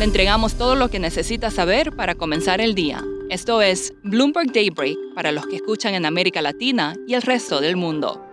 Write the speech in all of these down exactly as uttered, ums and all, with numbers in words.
Le entregamos todo lo que necesita saber para comenzar el día. Esto es Bloomberg Daybreak para los que escuchan en América Latina y el resto del mundo.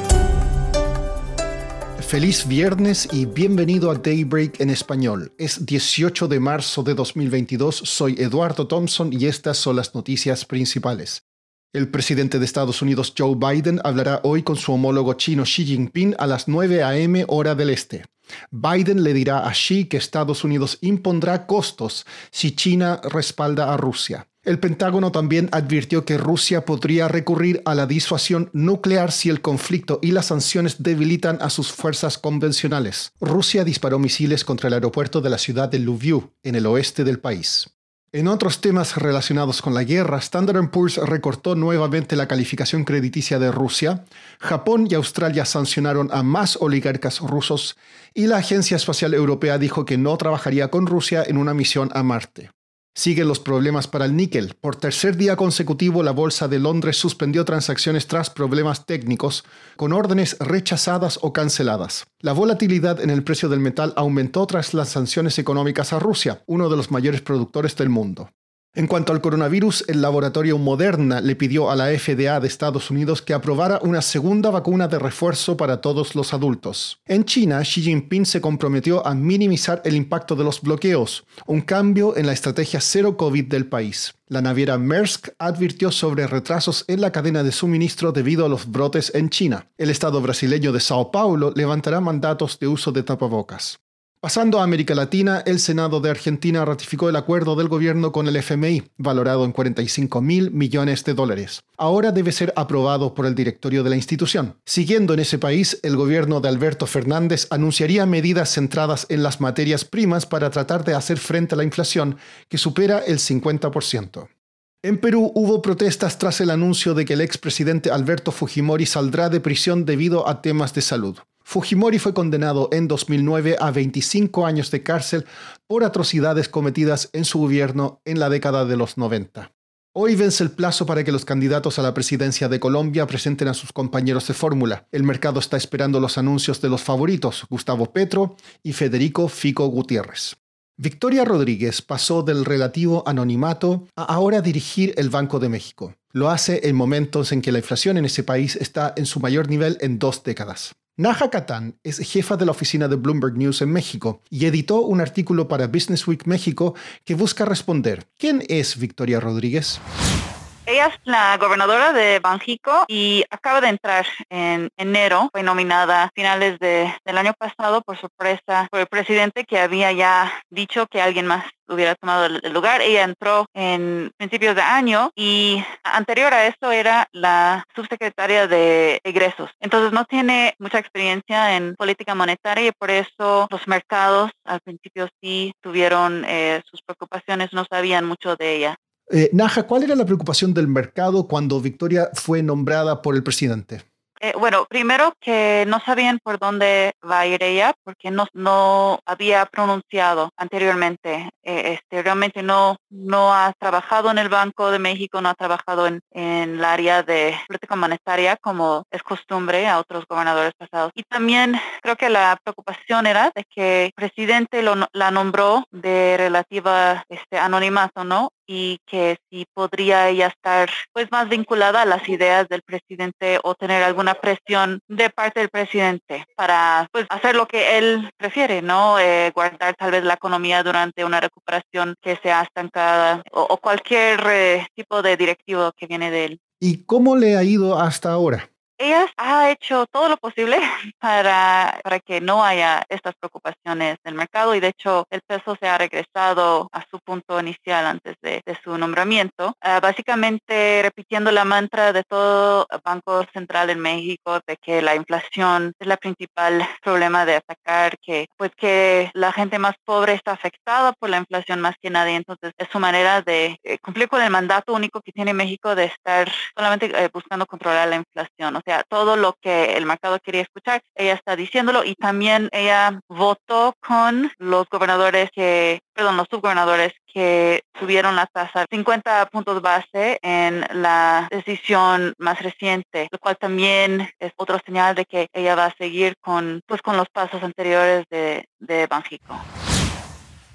Feliz viernes y bienvenido a Daybreak en español. Es dieciocho de marzo de dos mil veintidós, soy Eduardo Thompson y estas son las noticias principales. El presidente de Estados Unidos, Joe Biden, hablará hoy con su homólogo chino Xi Jinping a las nueve a eme hora del este. Biden le dirá a Xi que Estados Unidos impondrá costos si China respalda a Rusia. El Pentágono también advirtió que Rusia podría recurrir a la disuasión nuclear si el conflicto y las sanciones debilitan a sus fuerzas convencionales. Rusia disparó misiles contra el aeropuerto de la ciudad de Lviv, en el oeste del país. En otros temas relacionados con la guerra, Standard and Poor's recortó nuevamente la calificación crediticia de Rusia, Japón y Australia sancionaron a más oligarcas rusos y la Agencia Espacial Europea dijo que no trabajaría con Rusia en una misión a Marte. Siguen los problemas para el níquel. Por tercer día consecutivo, la Bolsa de Londres suspendió transacciones tras problemas técnicos, con órdenes rechazadas o canceladas. La volatilidad en el precio del metal aumentó tras las sanciones económicas a Rusia, uno de los mayores productores del mundo. En cuanto al coronavirus, el laboratorio Moderna le pidió a la F D A de Estados Unidos que aprobara una segunda vacuna de refuerzo para todos los adultos. En China, Xi Jinping se comprometió a minimizar el impacto de los bloqueos, un cambio en la estrategia cero COVID del país. La naviera Maersk advirtió sobre retrasos en la cadena de suministro debido a los brotes en China. El estado brasileño de Sao Paulo levantará mandatos de uso de tapabocas. Pasando a América Latina, el Senado de Argentina ratificó el acuerdo del gobierno con el F M I, valorado en cuarenta y cinco mil millones de dólares. Ahora debe ser aprobado por el directorio de la institución. Siguiendo en ese país, el gobierno de Alberto Fernández anunciaría medidas centradas en las materias primas para tratar de hacer frente a la inflación, que supera el cincuenta por ciento. En Perú hubo protestas tras el anuncio de que el expresidente Alberto Fujimori saldrá de prisión debido a temas de salud. Fujimori fue condenado en dos mil nueve a veinticinco años de cárcel por atrocidades cometidas en su gobierno en la década de los noventa. Hoy vence el plazo para que los candidatos a la presidencia de Colombia presenten a sus compañeros de fórmula. El mercado está esperando los anuncios de los favoritos, Gustavo Petro y Federico Fico Gutiérrez. Victoria Rodríguez pasó del relativo anonimato a ahora dirigir el Banco de México. Lo hace en momentos en que la inflación en ese país está en su mayor nivel en dos décadas. Naja Catán es jefa de la oficina de Bloomberg News en México y editó un artículo para Business Week México que busca responder. ¿Quién es Victoria Rodríguez? Ella es la gobernadora de Banxico y acaba de entrar en enero. Fue nominada a finales de, del año pasado por sorpresa por el presidente, que había ya dicho que alguien más hubiera tomado el lugar. Ella entró en principios de año y anterior a eso era la subsecretaria de egresos. Entonces no tiene mucha experiencia en política monetaria y por eso los mercados al principio sí tuvieron eh, sus preocupaciones, no sabían mucho de ella. Eh, Naja, ¿cuál era la preocupación del mercado cuando Victoria fue nombrada por el presidente? Eh, bueno, primero que no sabían por dónde va a ir ella porque no, no había pronunciado anteriormente. Eh, este, realmente no, no ha trabajado en el Banco de México, no ha trabajado en, en el área de política monetaria como es costumbre a otros gobernadores pasados. Y también creo que la preocupación era de que el presidente lo, la nombró de relativa este, anonimato, ¿no? Y que si podría ella estar pues más vinculada a las ideas del presidente o tener alguna presión de parte del presidente para pues hacer lo que él prefiere, ¿no? Eh, guardar tal vez la economía durante una recuperación que sea estancada o, o cualquier eh, tipo de directivo que viene de él. ¿Y cómo le ha ido hasta ahora? Ella ha hecho todo lo posible para, para que no haya estas preocupaciones del mercado y de hecho el peso se ha regresado a su punto inicial antes de, de su nombramiento, uh, básicamente repitiendo la mantra de todo Banco Central en México de que la inflación es la principal problema de atacar, que pues que la gente más pobre está afectada por la inflación más que nadie, entonces es su manera de eh, cumplir con el mandato único que tiene México de estar solamente eh, buscando controlar la inflación. O sea, todo lo que el mercado quería escuchar, ella está diciéndolo y también ella votó con los gobernadores que, perdón, los subgobernadores que subieron la tasa cincuenta puntos base en la decisión más reciente, lo cual también es otra señal de que ella va a seguir con, pues, con los pasos anteriores de, de Banxico.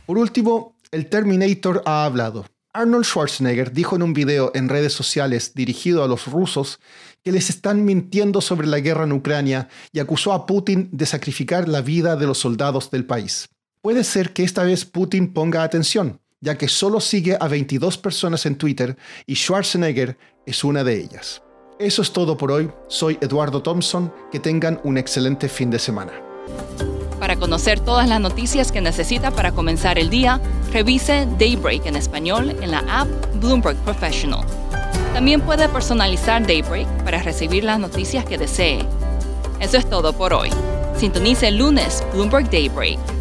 Por último, el Terminator ha hablado. Arnold Schwarzenegger dijo en un video en redes sociales dirigido a los rusos que les están mintiendo sobre la guerra en Ucrania y acusó a Putin de sacrificar la vida de los soldados del país. Puede ser que esta vez Putin ponga atención, ya que solo sigue a veintidós personas en Twitter y Schwarzenegger es una de ellas. Eso es todo por hoy. Soy Eduardo Thompson. Que tengan un excelente fin de semana. Para conocer todas las noticias que necesita para comenzar el día, revise Daybreak en español en la app Bloomberg Professional. También puede personalizar Daybreak para recibir las noticias que desee. Eso es todo por hoy. Sintonice el lunes Bloomberg Daybreak.